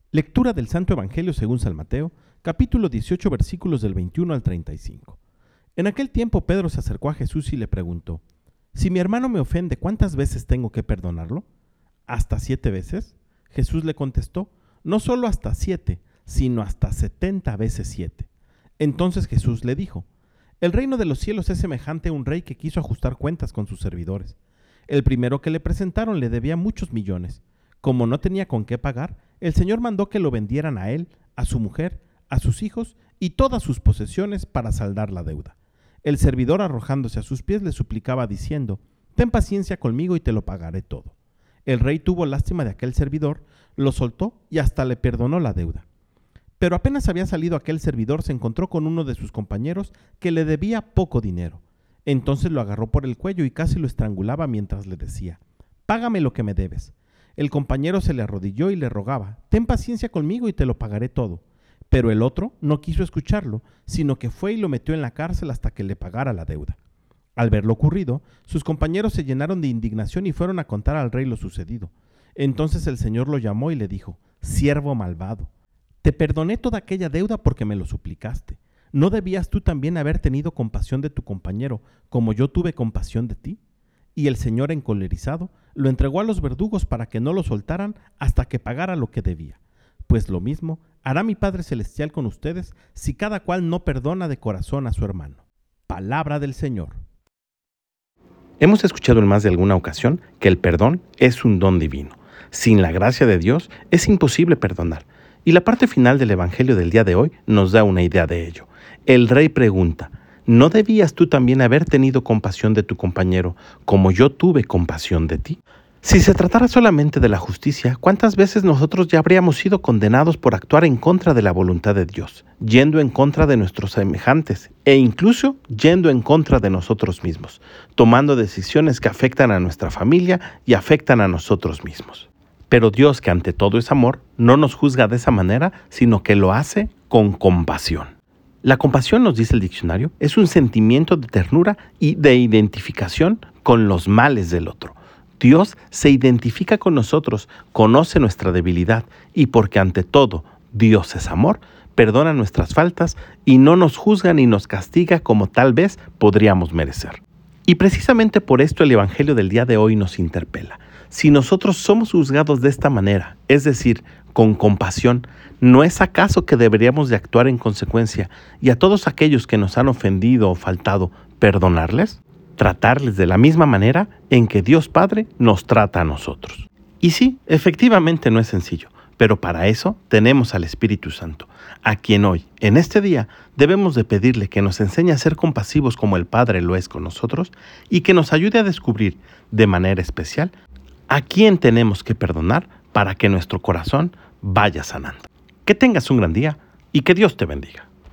Lectura del Santo Evangelio según San Mateo, capítulo 18, versículos del 21 al 35. En aquel tiempo Pedro se acercó a Jesús y le preguntó: Si mi hermano me ofende, ¿cuántas veces tengo que perdonarlo? ¿Hasta 7 veces? Jesús le contestó: No solo hasta 7, sino hasta 70 veces 7. Entonces Jesús le dijo: El reino de los cielos es semejante a un rey que quiso ajustar cuentas con sus servidores. El primero que le presentaron le debía muchos millones. Como no tenía con qué pagar, el Señor mandó que lo vendieran a él, a su mujer, a sus hijos y todas sus posesiones para saldar la deuda. El servidor, arrojándose a sus pies, le suplicaba diciendo: Ten paciencia conmigo y te lo pagaré todo. El rey tuvo lástima de aquel servidor, lo soltó y hasta le perdonó la deuda. Pero apenas había salido aquel servidor, se encontró con uno de sus compañeros que le debía poco dinero. Entonces lo agarró por el cuello y casi lo estrangulaba mientras le decía: Págame lo que me debes. El compañero se le arrodilló y le rogaba: Ten paciencia conmigo y te lo pagaré todo. Pero el otro no quiso escucharlo, sino que fue y lo metió en la cárcel hasta que le pagara la deuda. Al ver lo ocurrido, sus compañeros se llenaron de indignación y fueron a contar al rey lo sucedido. Entonces el Señor lo llamó y le dijo: Siervo malvado, te perdoné toda aquella deuda porque me lo suplicaste. ¿No debías tú también haber tenido compasión de tu compañero, como yo tuve compasión de ti? Y el Señor, encolerizado, lo entregó a los verdugos para que no lo soltaran hasta que pagara lo que debía. Pues lo mismo hará mi Padre Celestial con ustedes si cada cual no perdona de corazón a su hermano. Palabra del Señor. Hemos escuchado en más de alguna ocasión que el perdón es un don divino. Sin la gracia de Dios es imposible perdonar. Y la parte final del Evangelio del día de hoy nos da una idea de ello. El rey pregunta: ¿No debías tú también haber tenido compasión de tu compañero, como yo tuve compasión de ti? Si se tratara solamente de la justicia, ¿cuántas veces nosotros ya habríamos sido condenados por actuar en contra de la voluntad de Dios, yendo en contra de nuestros semejantes e incluso yendo en contra de nosotros mismos, tomando decisiones que afectan a nuestra familia y afectan a nosotros mismos? Pero Dios, que ante todo es amor, no nos juzga de esa manera, sino que lo hace con compasión. La compasión, nos dice el diccionario, es un sentimiento de ternura y de identificación con los males del otro. Dios se identifica con nosotros, conoce nuestra debilidad y porque ante todo Dios es amor, perdona nuestras faltas y no nos juzga ni nos castiga como tal vez podríamos merecer. Y precisamente por esto el Evangelio del día de hoy nos interpela. Si nosotros somos juzgados de esta manera, es decir, con compasión, ¿no es acaso que deberíamos de actuar en consecuencia y a todos aquellos que nos han ofendido o faltado, perdonarles? Tratarles de la misma manera en que Dios Padre nos trata a nosotros. Y sí, efectivamente no es sencillo, pero para eso tenemos al Espíritu Santo, a quien hoy, en este día, debemos de pedirle que nos enseñe a ser compasivos como el Padre lo es con nosotros y que nos ayude a descubrir, de manera especial, a quién tenemos que perdonar para que nuestro corazón vaya sanando. Que tengas un gran día y que Dios te bendiga.